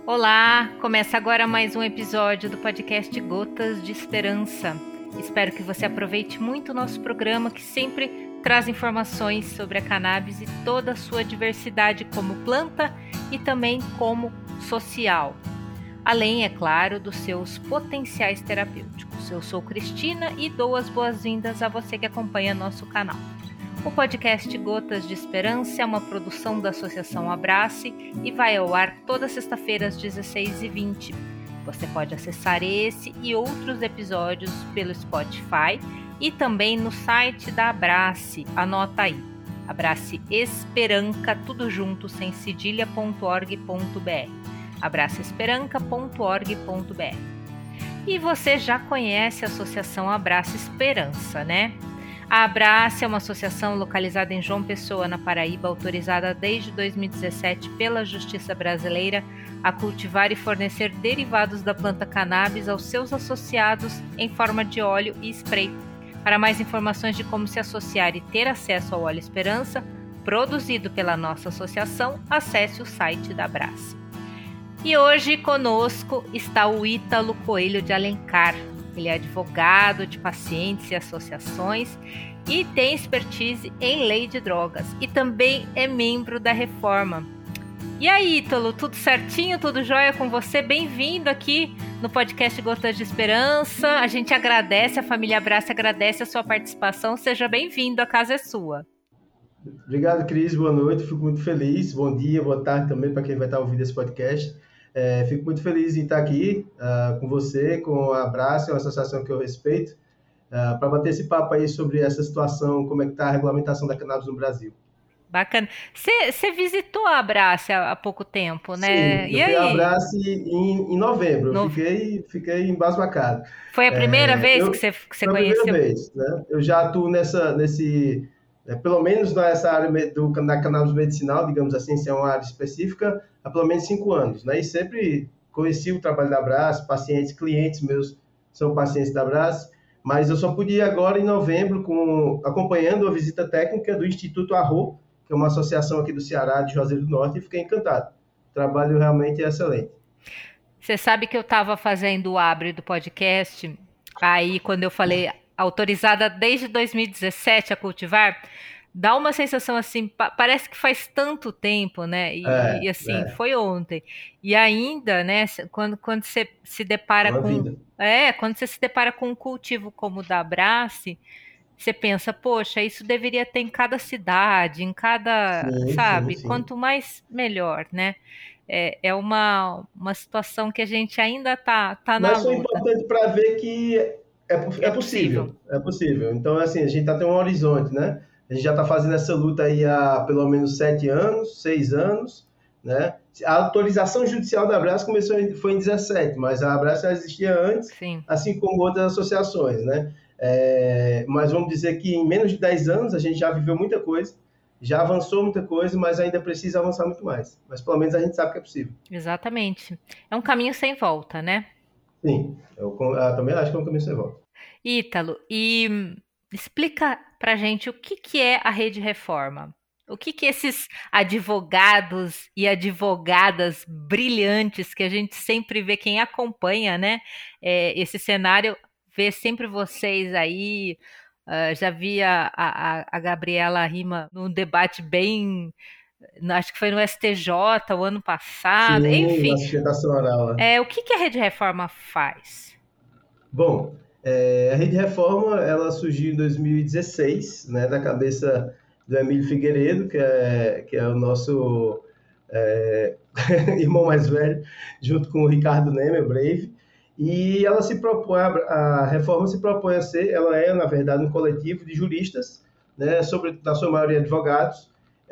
Olá, começa agora mais um episódio do podcast Gotas de Esperança. Espero que você aproveite muito o nosso programa, que sempre traz informações sobre a cannabis e toda a sua diversidade como planta e também como social. Além, é claro, dos seus potenciais terapêuticos. Eu sou Cristina e dou as boas-vindas a você que acompanha nosso canal. O podcast Gotas de Esperança é uma produção da Associação Abrace e vai ao ar toda sexta-feira às 16h20. Você pode acessar esse e outros episódios pelo Spotify e também no site da Abrace. Anota aí, Abrace Esperanca, tudo junto, sem cedilha.org.br. abraceesperanca.org.br. E você já conhece a Associação Abrace Esperança, né? A Abrace é uma associação localizada em João Pessoa, na Paraíba, autorizada desde 2017 pela Justiça Brasileira a cultivar e fornecer derivados da planta cannabis aos seus associados em forma de óleo e spray. Para mais informações de como se associar e ter acesso ao óleo Esperança, produzido pela nossa associação, acesse o site da Abrace. E hoje conosco está o Ítalo Coelho de Alencar. Ele é advogado de pacientes e associações e tem expertise em lei de drogas e também é membro da Reforma. E aí, Ítalo, tudo certinho, tudo jóia com você? Bem-vindo aqui no podcast Gotas de Esperança. A gente agradece, a família Abrace agradece a sua participação. Seja bem-vindo, a casa é sua. Obrigado, Cris. Boa noite. Fico muito feliz. Bom dia, boa tarde também para quem vai estar ouvindo esse podcast. Fico muito feliz em estar aqui com você, com a Abrace, uma associação que eu respeito, para bater esse papo aí sobre essa situação, como é que está a regulamentação da cannabis no Brasil. Bacana. Você visitou a Abrace há pouco tempo, né? Sim, eu fui à Abrace em novembro. Eu fiquei embasbacado. Foi a primeira vez que você foi conheceu? Foi a primeira vez, né? Eu já atuo pelo menos nessa área da cannabis medicinal, digamos assim, se é uma área específica, há pelo menos 5 anos, né? E sempre conheci o trabalho da Abrace, pacientes, clientes meus são pacientes da Abrace, mas eu só pude ir agora em novembro acompanhando a visita técnica do Instituto Arro, que é uma associação aqui do Ceará, de Juazeiro do Norte, e fiquei encantado. O trabalho realmente é excelente. Você sabe que eu estava fazendo o abre do podcast, aí quando eu falei autorizada desde 2017 a cultivar, dá uma sensação assim, parece que faz tanto tempo, né? E assim, foi ontem. E ainda, né, quando você se depara quando você se depara com um cultivo como o da Abrace, você pensa, poxa, isso deveria ter em cada cidade, em cada, sabe? Sim. Quanto mais, melhor, né? É uma situação que a gente ainda tá na luta. Mas foi importante para ver que é possível. É possível. Então, assim, a gente está tendo um horizonte, né? A gente já está fazendo essa luta aí há pelo menos 7 anos, 6 anos, né? A autorização judicial da Abrace foi em 17, mas a Abrace já existia antes, sim, assim como outras associações, né? Mas vamos dizer que em menos de 10 anos a gente já viveu muita coisa, já avançou muita coisa, mas ainda precisa avançar muito mais. Mas pelo menos a gente sabe que é possível. Exatamente. É um caminho sem volta, né? Sim, eu também acho que é um caminho sem volta. Ítalo, e explica pra gente o que é a Rede Reforma. O que esses advogados e advogadas brilhantes que a gente sempre vê, quem acompanha, né, esse cenário, vê sempre vocês aí. Já vi a Gabriela Rima num debate bem, acho que foi no STJ o ano passado. Sim, enfim. na sustentação oral. O que a Rede Reforma faz? Bom, a Rede Reforma, ela surgiu em 2016, né, da cabeça do Emílio Figueiredo, que é o nosso irmão mais velho, junto com o Ricardo Neme, o Brave. E ela a Reforma se propõe a ser, ela é, na verdade, um coletivo de juristas, né, na sua maioria advogados,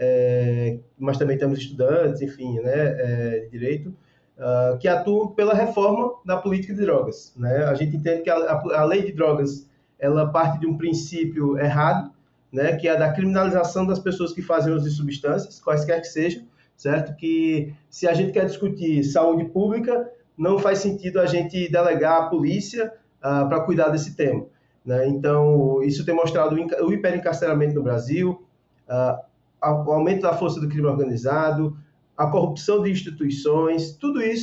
mas também temos estudantes, enfim, né, de direito, que atuam pela reforma da política de drogas, né? A gente entende que a lei de drogas, ela parte de um princípio errado, né, que é a da criminalização das pessoas que fazem uso de substâncias, quaisquer que sejam, certo? Que se a gente quer discutir saúde pública, não faz sentido a gente delegar a polícia para cuidar desse tema, né? Então, isso tem mostrado o hiperencarceramento no Brasil, o aumento da força do crime organizado, a corrupção de instituições, tudo isso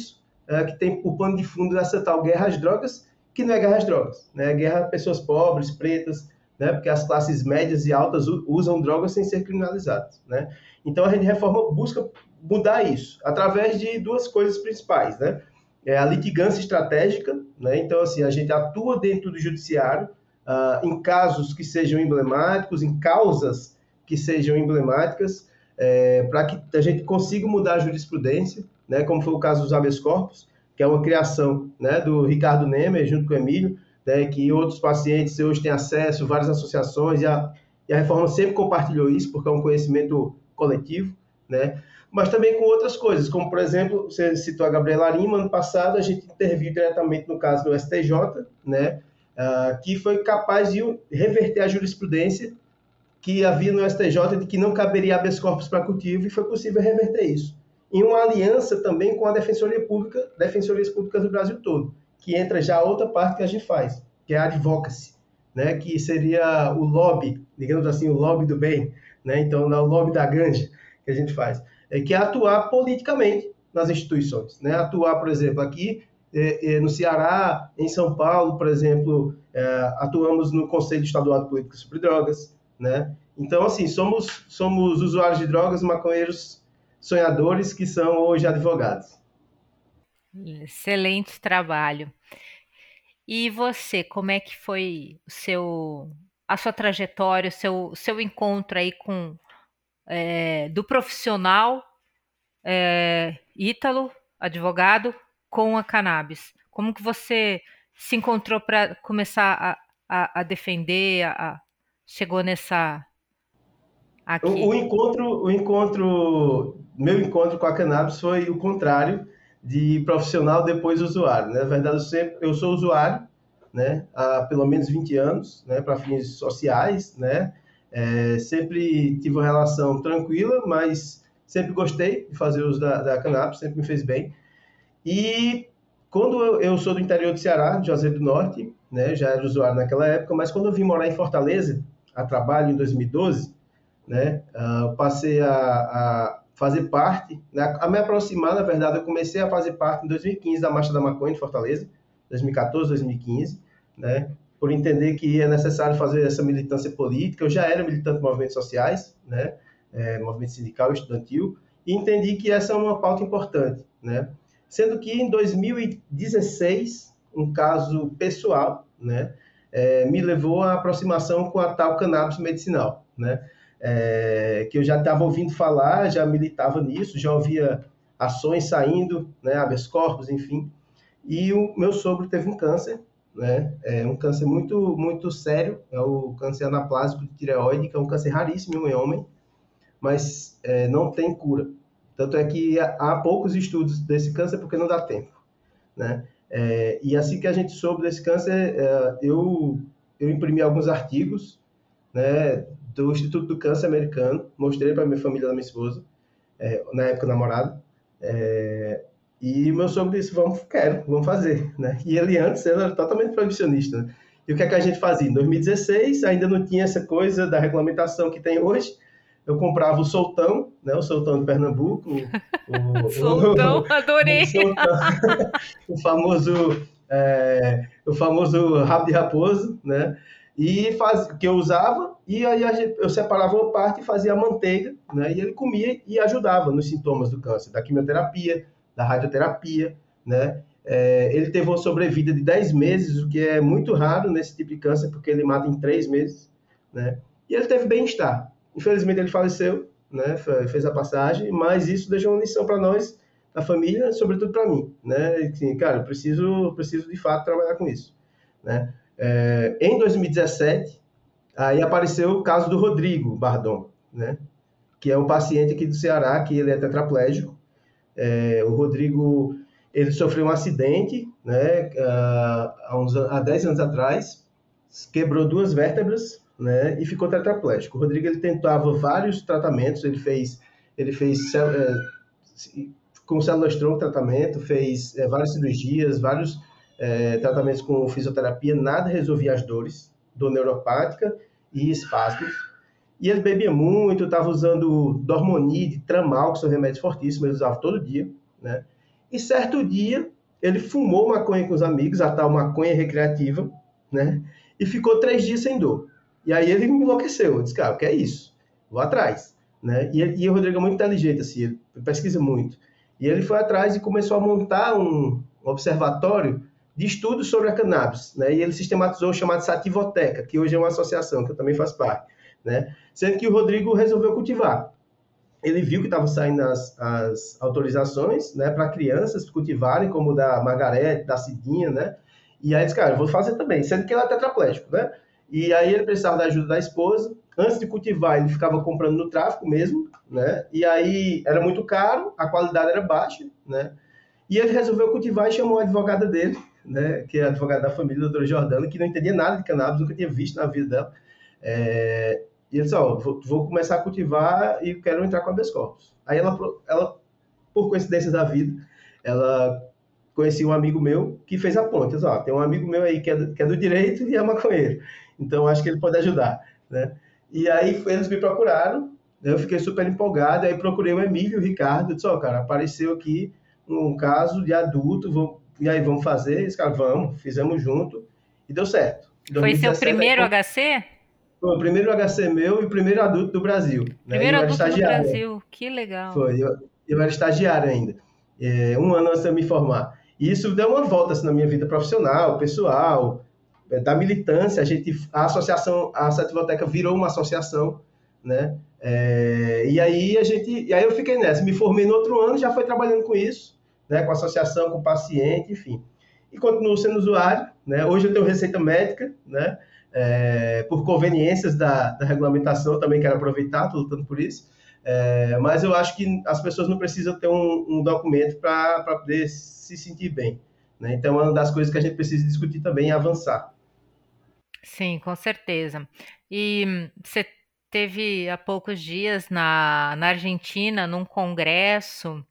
que tem o pano de fundo dessa tal guerra às drogas, que não é guerra às drogas, né? É guerra a pessoas pobres, pretas, né? Porque as classes médias e altas usam drogas sem ser criminalizadas, né? Então a Rede Reforma busca mudar isso através de duas coisas principais, né? É a litigância estratégica, né? Então assim, a gente atua dentro do judiciário em casos que sejam emblemáticos, em causas que sejam emblemáticas, para que a gente consiga mudar a jurisprudência, né? Como foi o caso dos habeas corpus, que é uma criação, né, do Ricardo Nemer, junto com o Emílio, né, que outros pacientes hoje têm acesso, várias associações, e a reforma sempre compartilhou isso, porque é um conhecimento coletivo, né? Mas também com outras coisas, como, por exemplo, você citou a Gabriela Lima, ano passado a gente interviu diretamente no caso do STJ, né, que foi capaz de reverter a jurisprudência que havia no STJ de que não caberia habeas corpus para cultivo, e foi possível reverter isso. Em uma aliança também com a Defensorias Públicas do Brasil todo, que entra já a outra parte que a gente faz, que é a advocacy, né, que seria o lobby, digamos assim, o lobby do bem, né, então o lobby da ganja que a gente faz, que é atuar politicamente nas instituições, né, atuar, por exemplo, aqui no Ceará, em São Paulo, por exemplo, atuamos no Conselho Estadual de Política sobre Drogas, né, então, assim, somos usuários de drogas, maconheiros sonhadores que são hoje advogados. Excelente trabalho. E você, como é que foi a sua trajetória, o seu encontro aí com do profissional Ítalo, advogado, com a cannabis? Como que você se encontrou para começar a defender, chegou nessa aqui? Meu encontro com a cannabis foi o contrário, de profissional depois usuário, né? Na verdade, eu sou usuário, né? Há pelo menos 20 anos, né? Para fins sociais, né? Sempre tive uma relação tranquila, mas sempre gostei de fazer uso da cannabis, sempre me fez bem. E quando eu sou do interior do Ceará, de Juazeiro do Norte, né? Já era usuário naquela época, mas quando eu vim morar em Fortaleza, a trabalho em 2012, né? Eu passei a fazer parte, né? A me aproximar, na verdade, eu comecei a fazer parte em 2015 da Marcha da Maconha de Fortaleza, 2014, 2015, né? Por entender que é necessário fazer essa militância política. Eu já era militante de movimentos sociais, né? Movimento sindical e estudantil, e entendi que essa é uma pauta importante, né? Sendo que em 2016, um caso pessoal, né? Me levou à aproximação com a tal cannabis medicinal, né? Que eu já estava ouvindo falar, já militava nisso, já ouvia ações saindo, né, habeas corpus, enfim. E o meu sogro teve um câncer, né, um câncer muito, muito sério, é o câncer anaplásico de tireoide, que é um câncer raríssimo em homem, mas não tem cura. Tanto é que há poucos estudos desse câncer porque não dá tempo, né? E assim que a gente soube desse câncer, eu imprimi alguns artigos, né, do Instituto do Câncer americano, mostrei para minha família, da minha esposa, na época namorada, e meu sogro disse, vamos fazer, né? E ele antes era totalmente proibicionista, né? E o que é que a gente fazia? Em 2016, ainda não tinha essa coisa da regulamentação que tem hoje, eu comprava o Soltão, né? O Soltão de Pernambuco, Soltão, adorei! o famoso rabo de raposo, né? Que eu usava, e aí eu separava uma parte e fazia a manteiga, né? E ele comia e ajudava nos sintomas do câncer, da quimioterapia, da radioterapia, né? Ele teve uma sobrevida de 10 meses, o que é muito raro nesse tipo de câncer, porque ele mata em 3 meses, né? E ele teve bem-estar. Infelizmente ele faleceu, né? Fez a passagem, mas isso deixou uma lição para nós, da família, sobretudo para mim, né? Assim, cara, eu preciso de fato trabalhar com isso, né? Em 2017, aí apareceu o caso do Rodrigo Bardon, né? Que é um paciente aqui do Ceará, que ele é tetraplégico. O Rodrigo, ele sofreu um acidente, né? Há 10 anos atrás, quebrou 2 vértebras, né? E ficou tetraplégico. O Rodrigo, ele tentava vários tratamentos, ele fez com células-tronco tratamento, fez várias cirurgias, vários tratamentos com fisioterapia, nada resolvia as dor neuropática e espasmos. E ele bebia muito, estava usando Dormonide, Tramal, que são remédios fortíssimos, ele usava todo dia, né? E certo dia, ele fumou maconha com os amigos, a tal maconha recreativa, né? E ficou 3 dias sem dor. E aí ele me enlouqueceu. Eu disse, cara, o que é isso? Vou atrás, né? E o Rodrigo é muito inteligente, assim, ele pesquisa muito. E ele foi atrás e começou a montar um observatório de estudos sobre a cannabis, né? E ele sistematizou o chamado Sativoteca, que hoje é uma associação, que eu também faço parte, né? Sendo que o Rodrigo resolveu cultivar. Ele viu que estavam saindo as autorizações, né, para crianças cultivarem, como da Margarete, da Cidinha, né? E aí disse, cara, eu vou fazer também, sendo que ele é tetraplégico, né? E aí ele precisava da ajuda da esposa. Antes de cultivar, ele ficava comprando no tráfico mesmo, né? E aí era muito caro, a qualidade era baixa, né? E ele resolveu cultivar e chamou a advogada dele, né? Que é a advogada da família, a doutora Jordana, que não entendia nada de cannabis, nunca tinha visto na vida dela. E ele disse, vou começar a cultivar e quero entrar com habeas corpus. Aí ela, por coincidência da vida, ela conhecia um amigo meu que fez a ponte. Disse, tem um amigo meu aí que é do direito e é maconheiro. Então, acho que ele pode ajudar, né? E aí, eles me procuraram, eu fiquei super empolgado, aí procurei o Emílio e o Ricardo, disse, cara, apareceu aqui um caso de adulto, e aí, vamos fazer? Eles, cara, vamos, fizemos junto, e deu certo. Foi seu primeiro HC? Foi o primeiro HC meu e o primeiro adulto do Brasil. Primeiro né? adulto do Brasil, que legal. Foi, eu era estagiário ainda, 1 ano antes de eu me formar. E isso deu uma volta assim, na minha vida profissional, pessoal, da militância. A associação, a Sativoteca virou uma associação, né? E aí eu fiquei nessa, me formei no outro ano, já foi trabalhando com isso, né? Com a associação, com o paciente, enfim. E continuo sendo usuário, né? Hoje eu tenho receita médica, né? Por conveniências da regulamentação, também quero aproveitar, estou lutando por isso. Mas eu acho que as pessoas não precisam ter um documento para poder se sentir bem, né? Então, é uma das coisas que a gente precisa discutir também é avançar. Sim, com certeza. E você teve há poucos dias na Argentina, num congresso.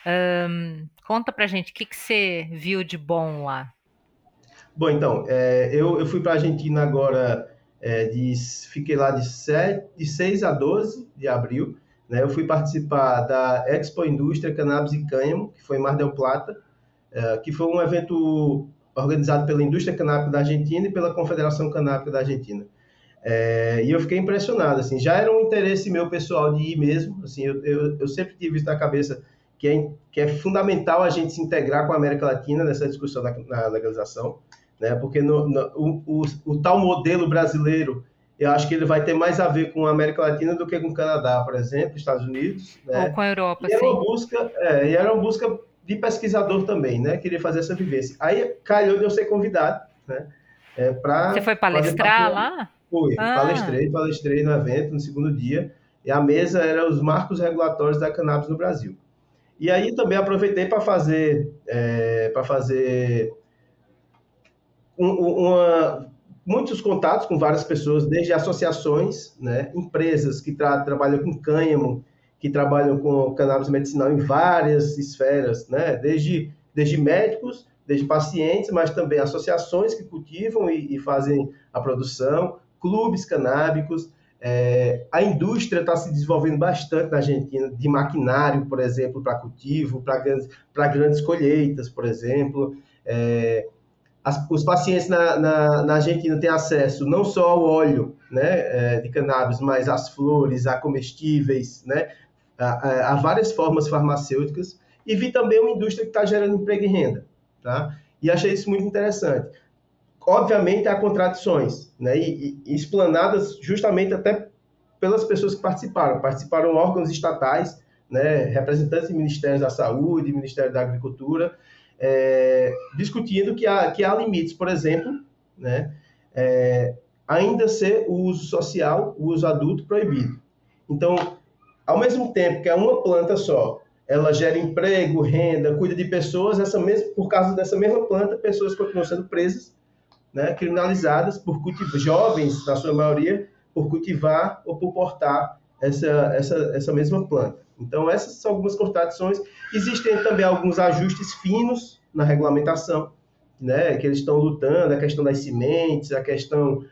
Conta pra gente o que você viu de bom lá. Bom, então, eu fui para a Argentina agora, fiquei lá de 6 a 12 de abril, né? Eu fui participar da Expo Indústria Cannabis e Cânhamo, que foi em Mar del Plata, que foi um evento organizado pela Indústria Canábica da Argentina e pela Confederação Canábica da Argentina. E eu fiquei impressionado, assim, já era um interesse meu pessoal de ir mesmo, assim, eu sempre tive isso na cabeça, que é fundamental a gente se integrar com a América Latina nessa discussão na legalização, né? Porque o tal modelo brasileiro, eu acho que ele vai ter mais a ver com a América Latina do que com o Canadá, por exemplo, Estados Unidos, né? Ou com a Europa, e era sim. Era uma busca de pesquisador também, né? Queria fazer essa vivência. Aí calhou de eu ser convidado, né? Você foi palestrar lá? Fui, palestrei no evento, no segundo dia, e a mesa era os marcos regulatórios da cannabis no Brasil. E aí também aproveitei para fazer muitos contatos com várias pessoas, desde associações, né, empresas que trabalham com cânhamo, que trabalham com cannabis medicinal em várias esferas, né, desde médicos, desde pacientes, mas também associações que cultivam e fazem a produção, clubes canábicos. A indústria está se desenvolvendo bastante na Argentina, de maquinário, por exemplo, para cultivo, para grandes colheitas, por exemplo. Os pacientes na Argentina têm acesso não só ao óleo, né, de cannabis, mas às flores, a comestíveis, né, a várias formas farmacêuticas. E vi também uma indústria que está gerando emprego e renda. Tá? E achei isso muito interessante. Obviamente, há contradições, né? E explanadas justamente até pelas pessoas que participaram órgãos estatais, né? Representantes de Ministérios da Saúde, Ministério da Agricultura, discutindo que há limites, por exemplo, né? Ainda ser o uso social, o uso adulto proibido. Então, ao mesmo tempo que é uma planta só, ela gera emprego, renda, cuida de pessoas, por causa dessa mesma planta, pessoas continuam sendo presas, né, criminalizadas por cultivar, jovens, na sua maioria, por cultivar ou por portar essa mesma planta. Então, essas são algumas contradições. Existem também alguns ajustes finos na regulamentação, né, que eles estão lutando, a questão das sementes, a questão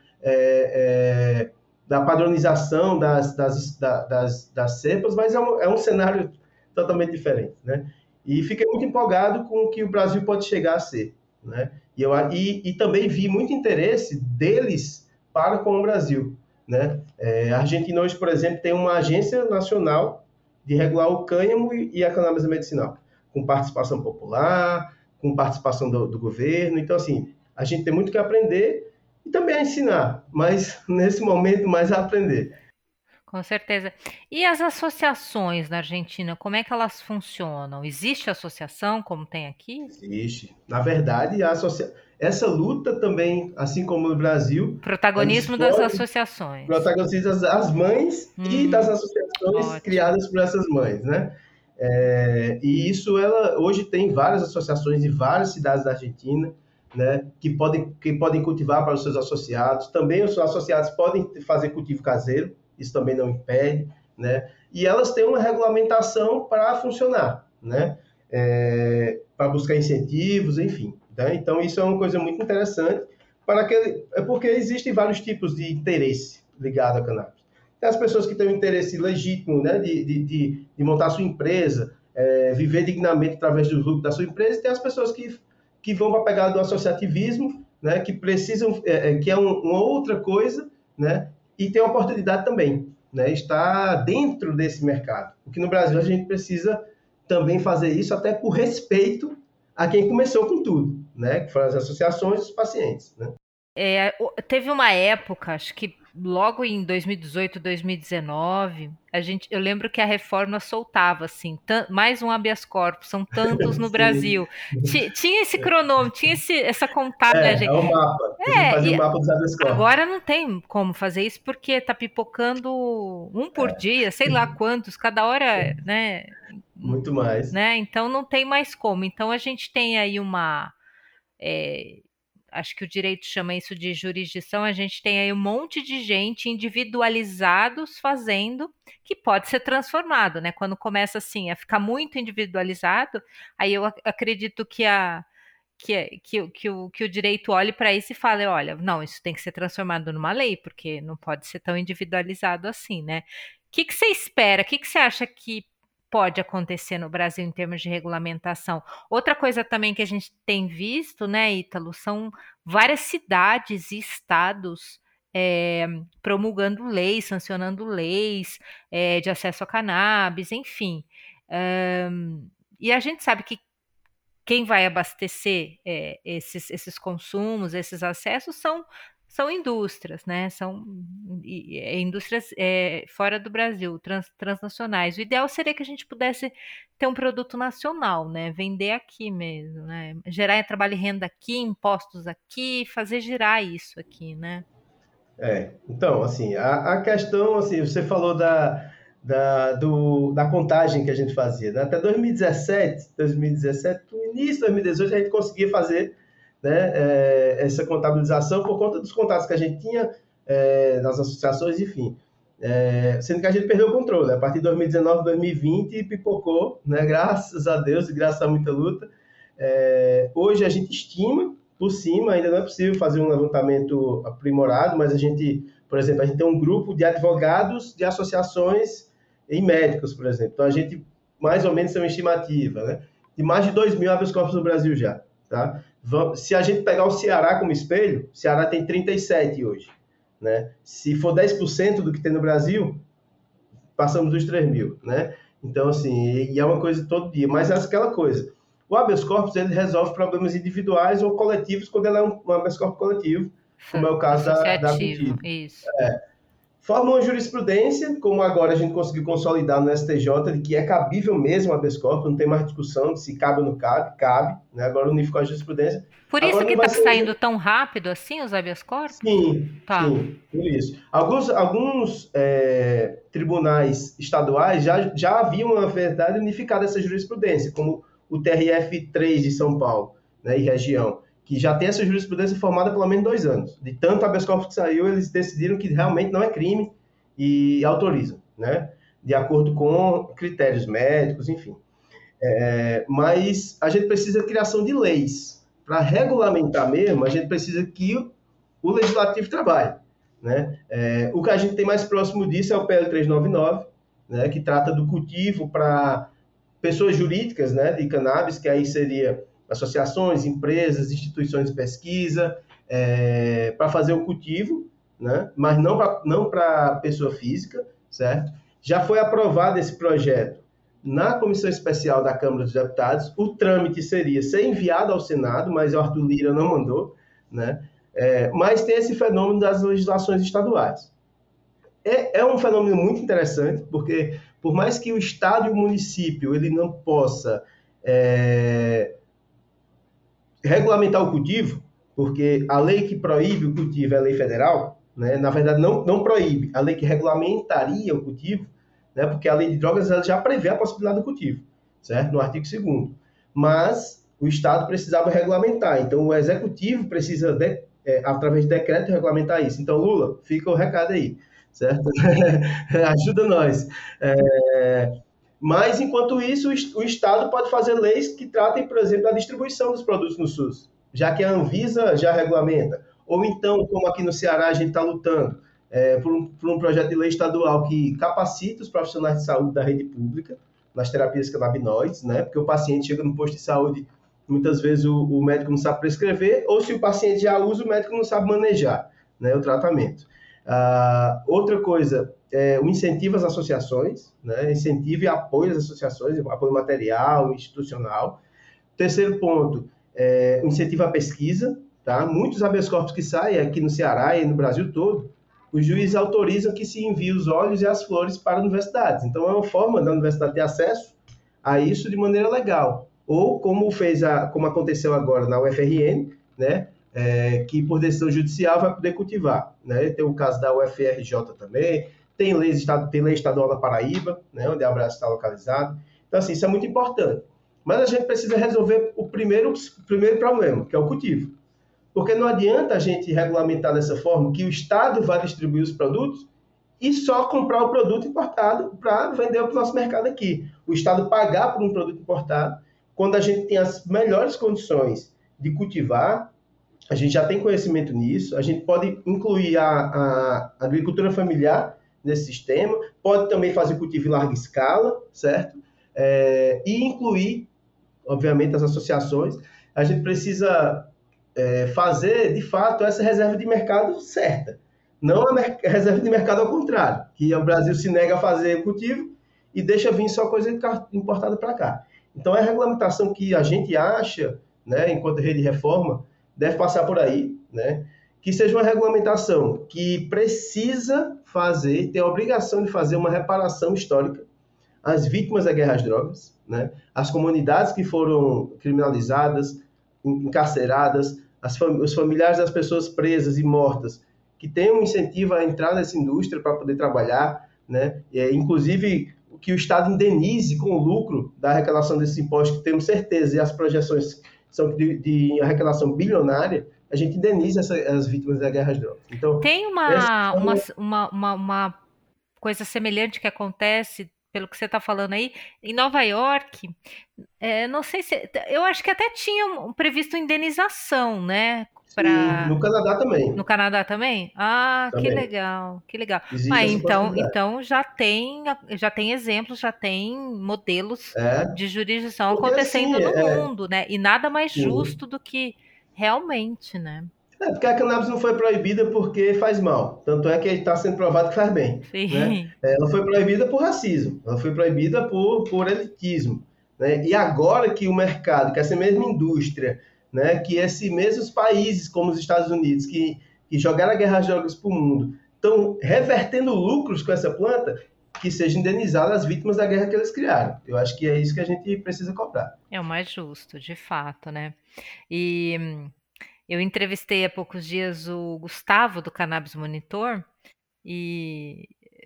da padronização das cepas, mas é um cenário totalmente diferente, né? E fiquei muito empolgado com o que o Brasil pode chegar a ser, né? E também vi muito interesse deles para com o Brasil, né? A Argentina hoje, por exemplo, tem uma agência nacional de regular o cânhamo e a cannabis medicinal, com participação popular, com participação do governo. Então, assim, a gente tem muito que aprender e também a ensinar, mas nesse momento mais a aprender. Com certeza. E as associações na Argentina, como é que elas funcionam? Existe associação, como tem aqui? Existe. Na verdade, essa luta também, assim como no Brasil, elas Protagonismo das fogem associações. protagonistas das mães e das associações Ótimo. criadas por essas mães, né? E isso, ela hoje tem várias associações de várias cidades da Argentina, né? Que podem cultivar para os seus associados. Também os associados podem fazer cultivo caseiro, isso também não impede, né? E elas têm uma regulamentação para funcionar, né? Para buscar incentivos, enfim. Né? Então, isso é uma coisa muito interessante, porque existem vários tipos de interesse ligado à cannabis. Tem as pessoas que têm um interesse legítimo, né, de montar sua empresa, viver dignamente através do lucro da sua empresa, e tem as pessoas que vão para a pegada do associativismo, né, que precisam, que é uma outra coisa, né, e tem a oportunidade também, né, estar dentro desse mercado. Porque no Brasil a gente precisa também fazer isso até por respeito a quem começou com tudo, né, que foram as associações dos pacientes, né. Teve uma época, acho que logo em 2018, 2019, eu lembro que a reforma soltava assim, mais um habeas corpus, são tantos no Sim. Brasil. Tinha esse cronômetro, tinha essa contagem. É o mapa. A gente fazia o E mapa dos habeas corpus. agora não tem como fazer isso porque tá pipocando um por dia, sei lá quantos, cada hora, Muito mais. né? Então não tem mais como. Então a gente tem aí é, acho que o direito chama isso de jurisdição, a gente tem aí um monte de gente individualizados fazendo que pode ser transformado, né? Quando começa assim a ficar muito individualizado, aí eu acredito que o direito olhe para isso e fale, olha, não, isso tem que ser transformado numa lei, porque não pode ser tão individualizado assim, né? O que você espera? O que você acha que pode acontecer no Brasil em termos de regulamentação? Outra coisa também que a gente tem visto, né, Ítalo, são várias cidades e estados promulgando leis, sancionando leis de acesso a cannabis, enfim. E a gente sabe que quem vai abastecer esses consumos, esses acessos são indústrias, né? São indústrias fora do Brasil, transnacionais. O ideal seria que a gente pudesse ter um produto nacional, né? Vender aqui mesmo, né? Gerar trabalho e renda aqui, impostos aqui, fazer girar isso aqui, né? Então, assim, a questão, assim, você falou da contagem que a gente fazia, né? Até 2017, no início de 2018, a gente conseguia fazer, né, essa contabilização por conta dos contatos que a gente tinha nas associações, enfim. Sendo que a gente perdeu o controle. A partir de 2019, 2020, pipocou, né? Graças a Deus e graças a muita luta. Hoje a gente estima por cima, ainda não é possível fazer um levantamento aprimorado, mas a gente, por exemplo, a gente tem um grupo de advogados de associações e médicos, por exemplo. Então, a gente, mais ou menos, tem uma estimativa, né, de mais de 2.000 habeas corpus no Brasil já. Tá? Se a gente pegar o Ceará como espelho, o Ceará tem 37 hoje. Né? Se for 10% do que tem no Brasil, passamos dos 3.000. Né? Então, assim, e é uma coisa todo dia. Mas é aquela coisa. O habeas corpus, ele resolve problemas individuais ou coletivos quando ele é um habeas corpus coletivo, como é o caso da Associativo, Cultivo. isso. Forma uma jurisprudência, como agora a gente conseguiu consolidar no STJ, de que é cabível mesmo o habeas corpus, não tem mais discussão de se cabe ou não cabe, cabe, né? Agora unificou a jurisprudência. Por isso Agora que não vai está ser... saindo tão rápido assim os habeas corpus? Sim, Tá. sim, por isso. Alguns tribunais estaduais já haviam, na verdade, unificado essa jurisprudência, como o TRF3 de São Paulo, né, e região, que já tem essa jurisprudência formada há pelo menos 2 anos. De tanto habeas corpus que saiu, eles decidiram que realmente não é crime e autorizam, né, de acordo com critérios médicos, enfim. Mas a gente precisa de criação de leis. Para regulamentar mesmo, a gente precisa que o legislativo trabalhe. Né? O que a gente tem mais próximo disso é o PL 399, né, que trata do cultivo para pessoas jurídicas, né, de cannabis, que aí seria associações, empresas, instituições de pesquisa, para fazer o cultivo, né, mas não para pessoa física, certo? Já foi aprovado esse projeto na Comissão Especial da Câmara dos Deputados. O trâmite seria ser enviado ao Senado, mas o Arthur Lira não mandou, né? Mas tem esse fenômeno das legislações estaduais. É um fenômeno muito interessante, porque por mais que o Estado e o município ele não possa regulamentar o cultivo, porque a lei que proíbe o cultivo é a lei federal, né? Na verdade não proíbe, a lei que regulamentaria o cultivo, né? Porque a lei de drogas ela já prevê a possibilidade do cultivo, certo? No artigo 2º. Mas o Estado precisava regulamentar, então o Executivo precisa, através de decreto, regulamentar isso. Então, Lula, fica o recado aí, certo? Ajuda nós. Mas, enquanto isso, o Estado pode fazer leis que tratem, por exemplo, da distribuição dos produtos no SUS, já que a Anvisa já regulamenta. Ou então, como aqui no Ceará a gente está lutando por um projeto de lei estadual que capacita os profissionais de saúde da rede pública nas terapias canabinoides, né? Porque o paciente chega no posto de saúde, muitas vezes o médico não sabe prescrever, ou se o paciente já usa, o médico não sabe manejar, né, o tratamento. Outra coisa, o incentivo às associações, né? Incentivo e apoio às associações, apoio material, institucional. Terceiro ponto, o incentivo à pesquisa. Tá? Muitos habeas corpus que saem aqui no Ceará e no Brasil todo, os juízes autorizam que se envie os óleos e as flores para universidades. Então, é uma forma da universidade ter acesso a isso de maneira legal. Ou como aconteceu agora na UFRN, né? Que por decisão judicial vai poder cultivar. Né? Tem o caso da UFRJ também, tem lei estadual na Paraíba, né? Onde a Abraço está localizado. Então, assim, isso é muito importante. Mas a gente precisa resolver o primeiro problema, que é o cultivo. Porque não adianta a gente regulamentar dessa forma que o Estado vai distribuir os produtos e só comprar o produto importado para vender para o nosso mercado aqui. O Estado pagar por um produto importado, quando a gente tem as melhores condições de cultivar, a gente já tem conhecimento nisso, a gente pode incluir a agricultura familiar nesse sistema, pode também fazer cultivo em larga escala, certo? E incluir, obviamente, as associações. A gente precisa fazer, de fato, essa reserva de mercado certa. Não a reserva de mercado ao contrário, que o Brasil se nega a fazer o cultivo e deixa vir só coisa importada para cá. Então, é a regulamentação que a gente acha, né, enquanto rede de reforma, deve passar por aí, né, que seja uma regulamentação que precisa fazer, tem a obrigação de fazer uma reparação histórica às vítimas da guerra às drogas, né, às comunidades que foram criminalizadas, encarceradas, os familiares das pessoas presas e mortas, que têm um incentivo a entrar nessa indústria para poder trabalhar, né? Inclusive que o Estado indenize com o lucro da arrecadação desses impostos, que temos certeza, e as projeções são de arrecadação bilionária, a gente indeniza as vítimas da guerra às drogas. Então, tem uma coisa semelhante que acontece, pelo que você está falando aí, em Nova York. Não sei se. Eu acho que até tinha previsto indenização, né? Sim, no Canadá também. No Canadá também? Ah, que Também. legal, que legal. Existe essa possibilidade. Então já tem exemplos, já tem modelos de jurisdição Porque, acontecendo assim, no mundo, né? E nada mais sim. justo do que realmente, né? Porque a cannabis não foi proibida porque faz mal. Tanto é que está sendo provado que faz bem. Sim. Né? Ela foi proibida por racismo. Ela foi proibida por elitismo. Né? E agora que o mercado, que essa mesma indústria, né, que esses mesmos países, como os Estados Unidos, que jogaram a guerra às drogas para o mundo, estão revertendo lucros com essa planta, que sejam indenizadas as vítimas da guerra que eles criaram. Eu acho que é isso que a gente precisa cobrar. É o mais justo, de fato, né? E eu entrevistei há poucos dias o Gustavo do Cannabis Monitor e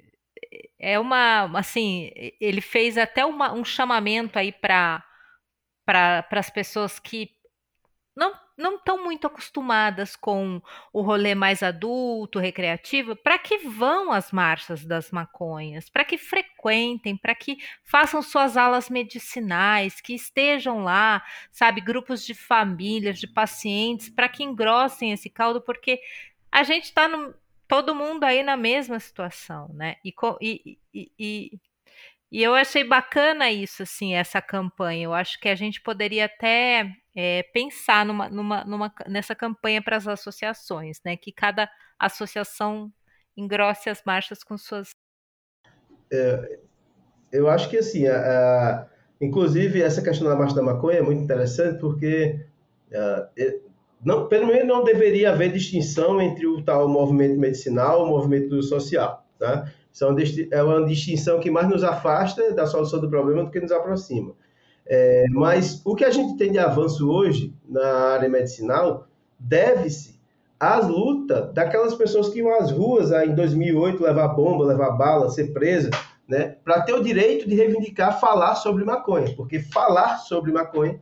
assim, ele fez até um chamamento aí para as pessoas que não estão muito acostumadas com o rolê mais adulto, recreativo, para que vão às marchas das maconhas, para que frequentem, para que façam suas aulas medicinais, que estejam lá, sabe, grupos de famílias, de pacientes, para que engrossem esse caldo, porque a gente está todo mundo aí na mesma situação, né? E eu achei bacana isso, assim, essa campanha. Eu acho que a gente poderia até pensar nessa campanha para as associações, né? Que cada associação engrosse as marchas com suas. Eu acho que assim, inclusive essa questão da marcha da maconha é muito interessante porque não, pelo menos não deveria haver distinção entre o tal movimento medicinal e o movimento social, tá? Isso é uma distinção que mais nos afasta da solução do problema do que nos aproxima. Mas o que a gente tem de avanço hoje na área medicinal deve-se às lutas daquelas pessoas que iam às ruas em 2008 levar bomba, levar bala, ser presa, né, para ter o direito de reivindicar falar sobre maconha, porque falar sobre maconha,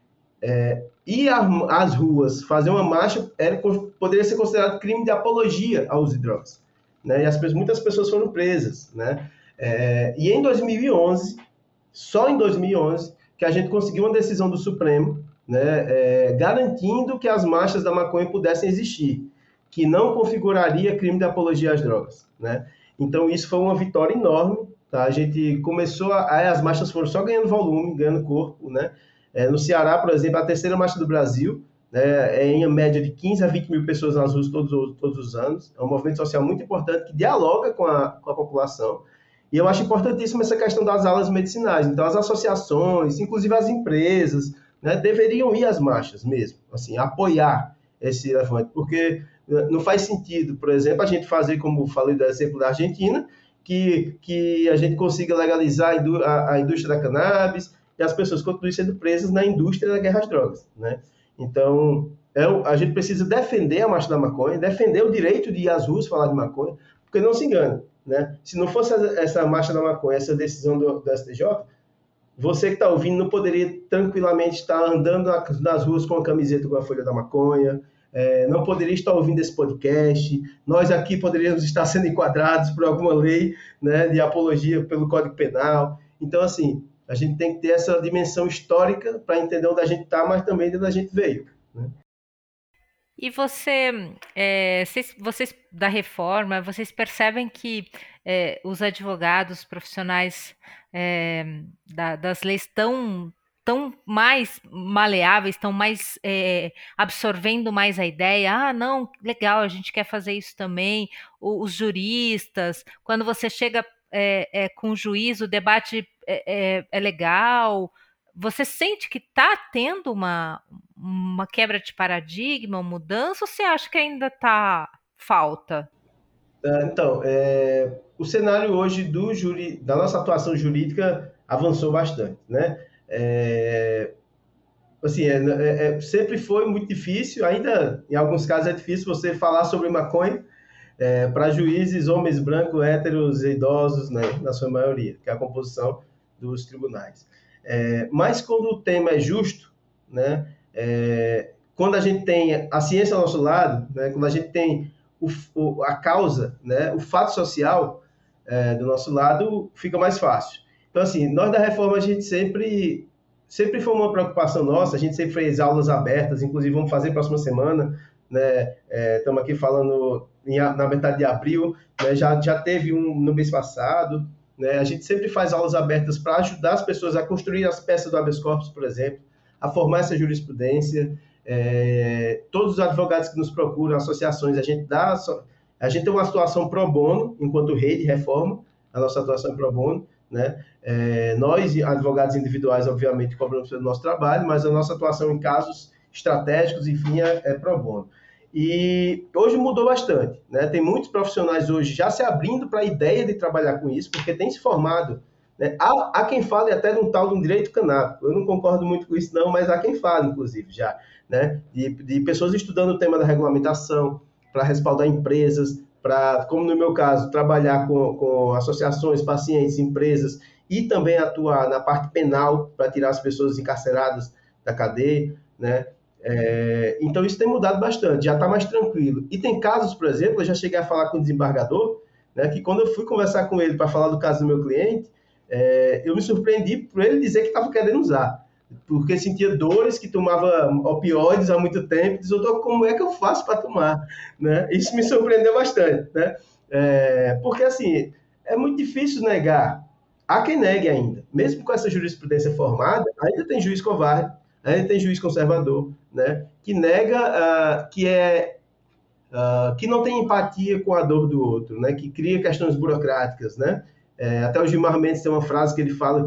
ir às ruas, fazer uma marcha, poderia ser considerado crime de apologia ao uso de drogas, né, e muitas pessoas foram presas, né, e em 2011, só em 2011, que a gente conseguiu uma decisão do Supremo, né, garantindo que as marchas da maconha pudessem existir, que não configuraria crime de apologia às drogas, né? Então isso foi uma vitória enorme, tá? A gente começou as marchas foram só ganhando volume, ganhando corpo, né? No Ceará, por exemplo, a terceira marcha do Brasil, né, em média de 15 a 20 mil pessoas nas ruas todos os anos. É um movimento social muito importante que dialoga com a população. E eu acho importantíssima essa questão das alas medicinais. Então, as associações, inclusive as empresas, né, deveriam ir às marchas mesmo, assim, apoiar esse levante, porque não faz sentido, por exemplo, a gente fazer, como falei do exemplo da Argentina, que a gente consiga legalizar a indústria da cannabis e as pessoas continuem sendo presas na indústria da guerra às drogas, né? Então, a gente precisa defender a marcha da maconha, defender o direito de ir às ruas falar de maconha, porque não se engane, né? Se não fosse essa marcha da maconha, essa decisão do STJ, você que está ouvindo não poderia tranquilamente estar andando nas ruas com a camiseta com a folha da maconha, não poderia estar ouvindo esse podcast, nós aqui poderíamos estar sendo enquadrados por alguma lei, né, de apologia pelo Código Penal. Então, assim, a gente tem que ter essa dimensão histórica para entender onde a gente está, mas também de onde a gente veio, né? E vocês da reforma, vocês percebem que os advogados profissionais das leis estão mais maleáveis, estão mais absorvendo mais a ideia? Ah, não, legal, a gente quer fazer isso também. Os juristas, quando você chega com o juiz, o debate é legal. Você sente que está tendo uma quebra de paradigma, uma mudança, ou você acha que ainda falta? Então, o cenário hoje da nossa atuação jurídica avançou bastante, né? Assim, sempre foi muito difícil, ainda em alguns casos é difícil você falar sobre maconha para juízes, homens brancos, héteros, idosos, né, na sua maioria, que é a composição dos tribunais. Mas quando o tema é justo, né, quando a gente tem a ciência ao nosso lado, né, quando a gente tem a causa, né, o fato social do nosso lado, fica mais fácil. Então, assim, nós da Reforma, a gente sempre foi uma preocupação nossa, a gente sempre fez aulas abertas, inclusive vamos fazer próxima semana, né? Estamos aqui falando na metade de abril, né? Já teve um no mês passado, né? A gente sempre faz aulas abertas para ajudar as pessoas a construir as peças do habeas corpus, por exemplo, a formar essa jurisprudência. Todos os advogados que nos procuram, associações, a gente tem uma atuação pro bono, enquanto rede reforma, a nossa atuação é pro bono, né? Nós, advogados individuais, obviamente, cobramos pelo nosso trabalho, mas a nossa atuação em casos estratégicos, enfim, é pro bono. E hoje mudou bastante, né? Tem muitos profissionais hoje já se abrindo para a ideia de trabalhar com isso, porque tem se formado, né? Há quem fale até de um tal de um direito canábico. Eu não concordo muito com isso, não, mas há quem fale, inclusive, já, né? De pessoas estudando o tema da regulamentação, para respaldar empresas, para, como no meu caso, trabalhar com associações, pacientes, empresas e também atuar na parte penal para tirar as pessoas encarceradas da cadeia, né? Então isso tem mudado bastante, já está mais tranquilo. E tem casos, por exemplo, eu já cheguei a falar com o desembargador, né, que quando eu fui conversar com ele para falar do caso do meu cliente, eu me surpreendi por ele dizer que estava querendo usar, porque sentia dores, que tomava opioides há muito tempo, disse, doutor, como é que eu faço para tomar? Né? Isso me surpreendeu bastante, né? Porque, assim, é muito difícil negar há quem negue ainda. Mesmo com essa jurisprudência formada, ainda tem juiz covarde, ainda tem juiz conservador, né, que nega, que não tem empatia com a dor do outro, né, que cria questões burocráticas, né. Até o Gilmar Mendes tem uma frase que ele fala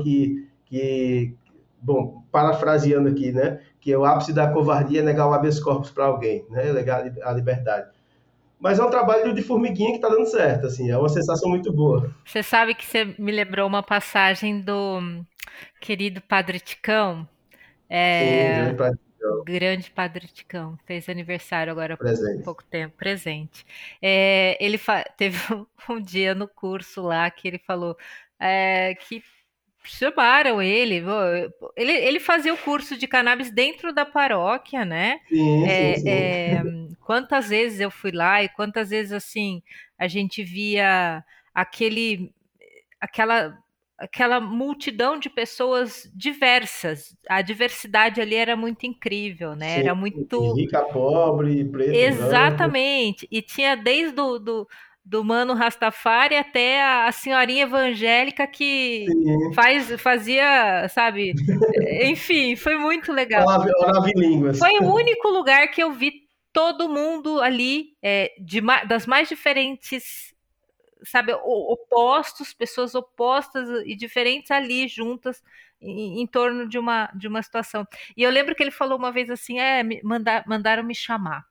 bom, parafraseando aqui, né, que o ápice da covardia é negar o habeas corpus para alguém, né, negar a liberdade. Mas é um trabalho de formiguinha que está dando certo, assim, é uma sensação muito boa. Você sabe que você me lembrou uma passagem do querido Padre Ticão, Sim, grande o praticão, grande Padre Ticão, fez aniversário agora há presente. pouco tempo, presente. Ele teve um dia no curso lá que ele falou que chamaram ele, ele fazia o curso de cannabis dentro da paróquia, né? Sim, sim, É, sim. é, quantas vezes eu fui lá e quantas vezes assim a gente via aquele, aquela, aquela multidão de pessoas diversas. A diversidade ali era muito incrível, né? Sim, Era tem muito. rica, pobre, preto, branco. Exatamente. E tinha desde do Mano Rastafari até a senhorinha evangélica que Sim, fazia, sabe? Enfim, foi muito legal. orava em línguas. Foi o único lugar que eu vi todo mundo ali, das mais diferentes, sabe, opostos, pessoas opostas e diferentes ali juntas em torno de uma situação. E eu lembro que ele falou uma vez assim: mandaram me chamar.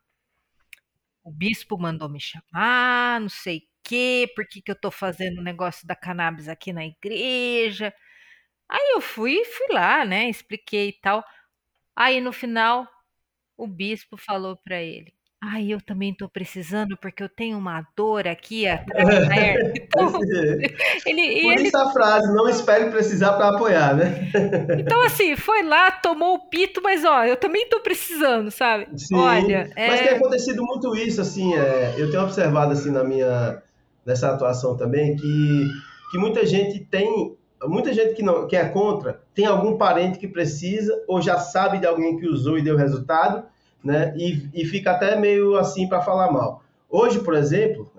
O bispo mandou me chamar, não sei o quê, por que que eu tô fazendo o negócio da cannabis aqui na igreja. Aí eu fui lá, né? Expliquei e tal. Aí no final o bispo falou para ele: "Ai, eu também estou precisando, porque eu tenho uma dor aqui atrás da hernia". Desse Então, jeito. ele e Por ele isso a frase, não espere precisar para apoiar, né? então, assim, foi lá, tomou o pito, mas ó, eu também estou precisando, sabe. Sim, Olha, mas tem acontecido muito isso, assim, eu tenho observado, assim, nessa atuação também, que muita gente que, não, que é contra, tem algum parente que precisa, ou já sabe de alguém que usou e deu resultado, né, e fica até meio assim para falar mal. Hoje, por exemplo,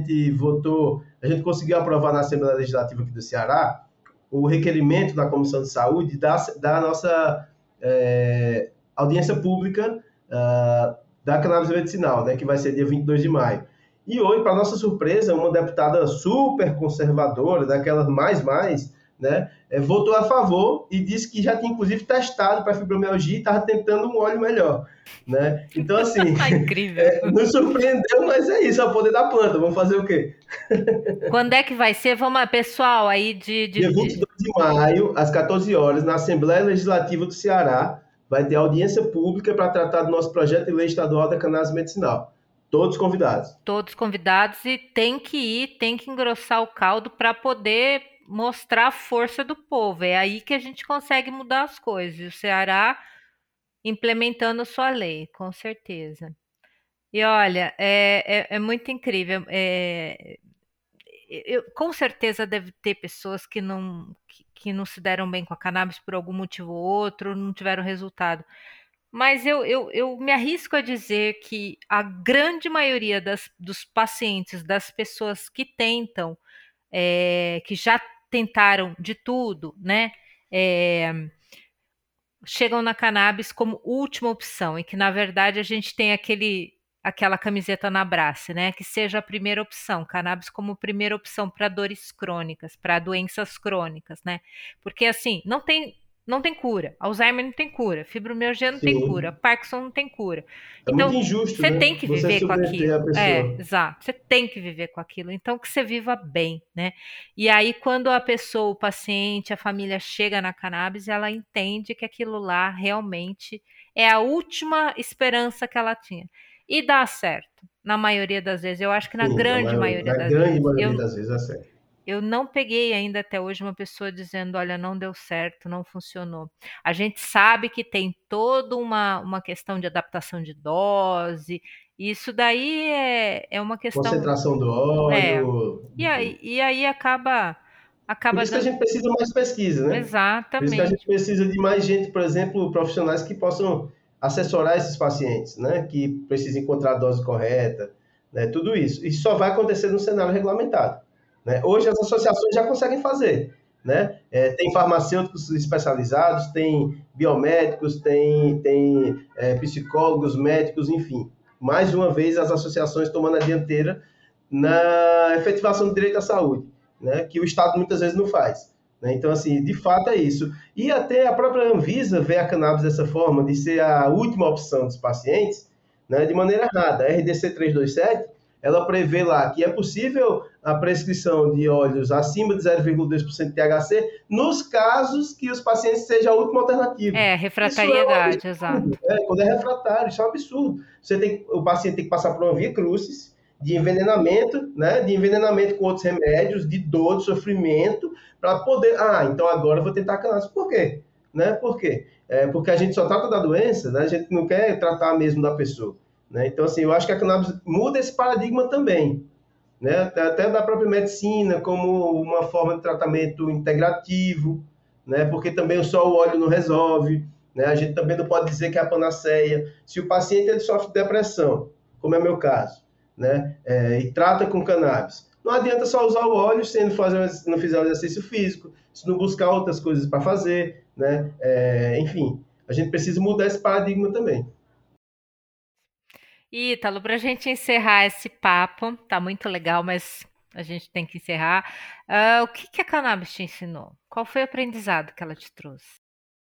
a gente conseguiu aprovar na Assembleia Legislativa aqui do Ceará o requerimento da Comissão de Saúde da nossa audiência pública da cannabis medicinal, né, que vai ser dia 22 de maio. E hoje, para nossa surpresa, uma deputada super conservadora, daquelas né, votou a favor e disse que já tinha, inclusive, testado para fibromialgia e estava tentando um óleo melhor. Né? Então, assim, incrível. nos surpreendeu, mas é isso, é o poder da planta. Vamos fazer o quê? Quando é que vai ser? Vamos lá, pessoal aí Dia 22 de maio, às 14 horas, na Assembleia Legislativa do Ceará, vai ter audiência pública para tratar do nosso projeto de lei estadual da cannabis medicinal. Todos convidados. todos convidados e tem que ir, tem que engrossar o caldo para poder mostrar a força do povo. É aí que a gente consegue mudar as coisas. E o Ceará implementando sua lei, com certeza. E olha, é muito incrível. Com certeza deve ter pessoas que não se deram bem com a cannabis por algum motivo ou outro, não tiveram resultado. Mas eu me arrisco a dizer que a grande maioria dos pacientes, das pessoas que tentam, que já tentaram de tudo, né? é, Chegam na cannabis como última opção e que na verdade a gente tem aquela camiseta na Abrace, né? Que seja a primeira opção, cannabis como primeira opção para dores crônicas, para doenças crônicas, né? Porque assim, não tem cura. Alzheimer não tem cura, fibromialgia não tem cura, Sim. Parkinson não tem cura. É muito Então, injusto, você tem né? que Você viver com submeter a aquilo. pessoa. Exato. Você tem que viver com aquilo. Então, que você viva bem, né? E aí, quando a pessoa, o paciente, a família chega na cannabis, ela entende que aquilo lá realmente é a última esperança que ela tinha. E dá certo, na maioria das vezes. Eu acho que na Sim, grande maioria na das grande vezes. maioria das vezes é certo. Eu não peguei ainda até hoje uma pessoa dizendo: olha, não deu certo, não funcionou. A gente sabe que tem toda uma questão de adaptação de dose, e isso daí é uma questão. Concentração do É. óleo, enfim. E aí Por acaba isso que a dando. gente precisa mais pesquisa, né? Por isso que a gente Exatamente. precisa de mais gente, por exemplo, profissionais que possam assessorar esses pacientes, né? Que precisam encontrar a dose correta, né? Tudo isso. Isso só vai acontecer no cenário regulamentado, né? Hoje as associações já conseguem fazer, né? Tem farmacêuticos especializados, tem biomédicos, tem psicólogos, médicos, enfim. Mais uma vez, as associações tomando a dianteira na efetivação do direito à saúde, né, que o Estado muitas vezes não faz. Né? Então, assim, de fato é isso. E até a própria Anvisa vê a cannabis dessa forma, de ser a última opção dos pacientes, né, de maneira errada. A RDC 327, ela prevê lá que é possível a prescrição de óleos acima de 0,2% de THC nos casos que os pacientes sejam a última alternativa. Refratariedade, exato. Quando é refratário, isso é um absurdo. O paciente tem que passar por uma via crucis de envenenamento, né? De envenenamento com outros remédios, de dor, de sofrimento, para poder... então agora eu vou tentar a cannabis. Por quê? Né? Por quê? Porque a gente só trata da doença, né? A gente não quer tratar mesmo da pessoa. Né? Então, assim, eu acho que a cannabis muda esse paradigma também, né? Até da própria medicina, como uma forma de tratamento integrativo, né? Porque também só o óleo não resolve, né? A gente também não pode dizer que é a panaceia. Se o paciente ele sofre de depressão, como é o meu caso, né? E trata com cannabis, não adianta só usar o óleo se não fizer um exercício físico, se não buscar outras coisas para fazer, né? Enfim, a gente precisa mudar esse paradigma também. Ítalo, para a gente encerrar esse papo, tá muito legal, mas a gente tem que encerrar. O que a cannabis te ensinou? Qual foi o aprendizado que ela te trouxe?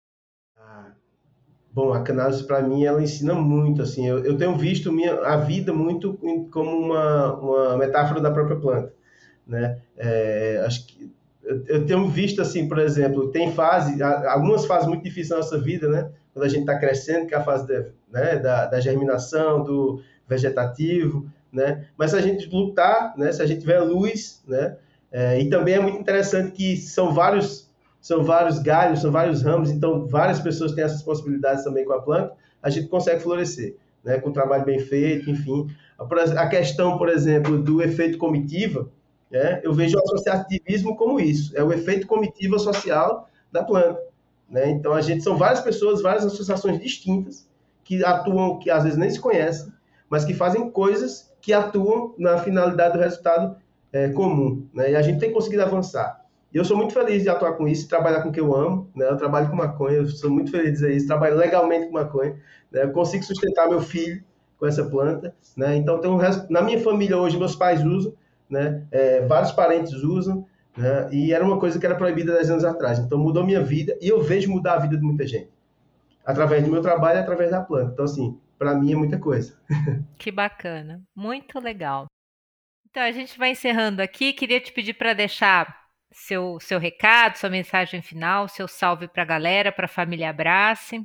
Bom, a cannabis para mim ela ensina muito, assim. Eu tenho visto a vida muito como uma metáfora da própria planta, né? Acho que eu tenho visto assim, por exemplo, tem algumas fases muito difíceis na nossa vida, né? Quando a gente está crescendo, que é a fase da germinação, do vegetativo, né? Mas se a gente lutar, né? Se a gente tiver luz, né? E também é muito interessante que são vários galhos, são vários ramos, então várias pessoas têm essas possibilidades também com a planta, a gente consegue florescer, né? Com um trabalho bem feito, enfim. A questão, por exemplo, do efeito comitiva, eu vejo o associativismo como isso, é o efeito comitiva social da planta. Né? Então, são várias pessoas, várias associações distintas que atuam, que às vezes nem se conhecem, mas que fazem coisas que atuam na finalidade do resultado comum. Né? E a gente tem conseguido avançar. E eu sou muito feliz de atuar com isso, trabalhar com o que eu amo. Né? Eu trabalho com maconha, eu sou muito feliz de dizer isso, trabalho legalmente com maconha. Né? Eu consigo sustentar meu filho com essa planta. Né? Então, na minha família hoje, meus pais usam, né? Vários parentes usam, né? E era uma coisa que era proibida 10 anos atrás. Então, mudou minha vida e eu vejo mudar a vida de muita gente. Através do meu trabalho e através da planta. Então, assim, para mim é muita coisa. Que bacana. Muito legal. Então, a gente vai encerrando aqui. Queria te pedir para deixar seu recado, sua mensagem final, seu salve para a galera, para a família Abrace.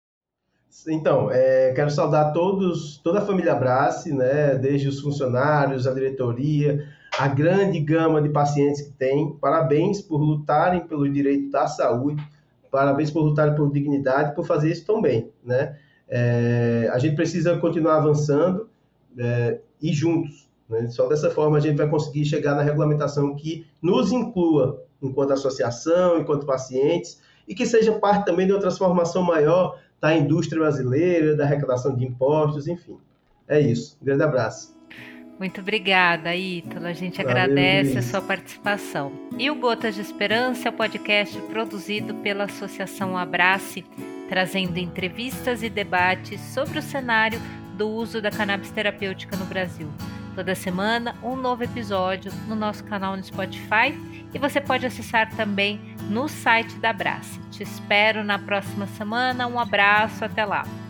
Então, quero saudar toda a família Abrace, né? Desde os funcionários, a diretoria, a grande gama de pacientes que tem. Parabéns por lutarem pelo direito da saúde, parabéns por lutarem por dignidade, por fazer isso tão bem, né? A gente precisa continuar avançando e juntos, né? Só dessa forma a gente vai conseguir chegar na regulamentação que nos inclua enquanto associação, enquanto pacientes, e que seja parte também de uma transformação maior da indústria brasileira, da arrecadação de impostos, enfim. É isso. Um grande abraço. Muito obrigada, Ítalo. A gente agradece a sua participação. E o Gotas de Esperança é o podcast produzido pela Associação Abrace, trazendo entrevistas e debates sobre o cenário do uso da cannabis terapêutica no Brasil. Toda semana, um novo episódio no nosso canal no Spotify e você pode acessar também no site da Abrace. Te espero na próxima semana. Um abraço, até lá!